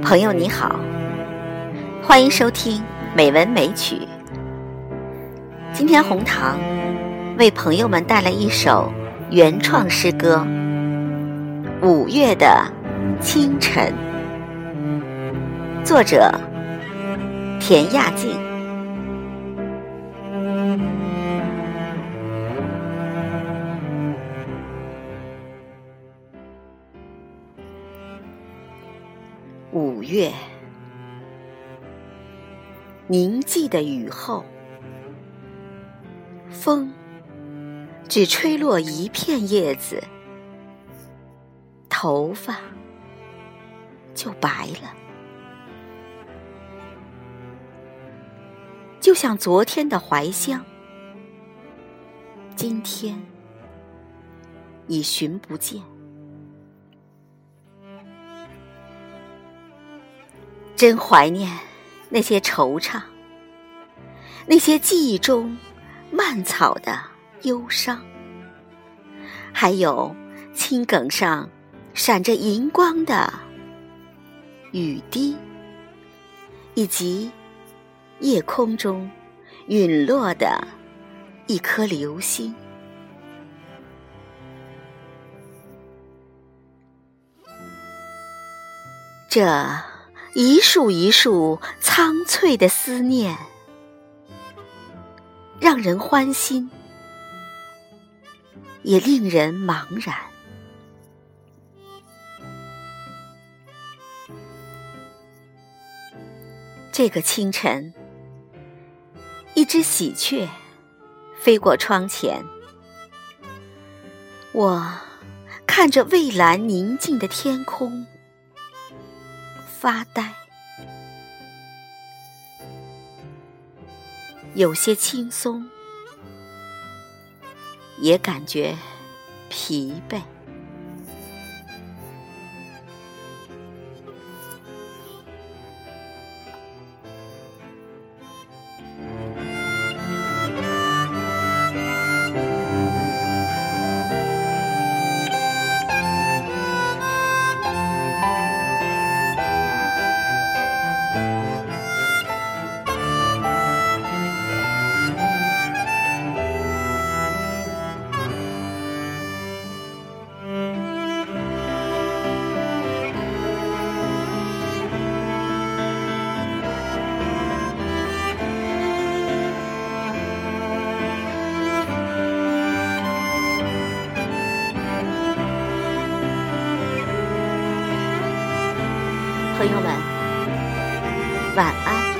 朋友你好，欢迎收听美文美曲。今天红糖为朋友们带来一首原创诗歌《5月的清晨》，作者田亚静。5月，宁寂的雨后，风只吹落一片叶子，头发就白了，就像昨天的怀乡，今天已寻不见。真怀念那些惆怅，那些记忆中蔓草的忧伤，还有青埂上闪着银光的雨滴，以及夜空中陨落的一颗流星。这一束一束苍翠的思念，让人欢欣，也令人茫然。这个清晨，一只喜鹊飞过窗前，我看着蔚蓝宁静的天空发呆，有些轻松，也感觉疲惫。朋友们，晚安。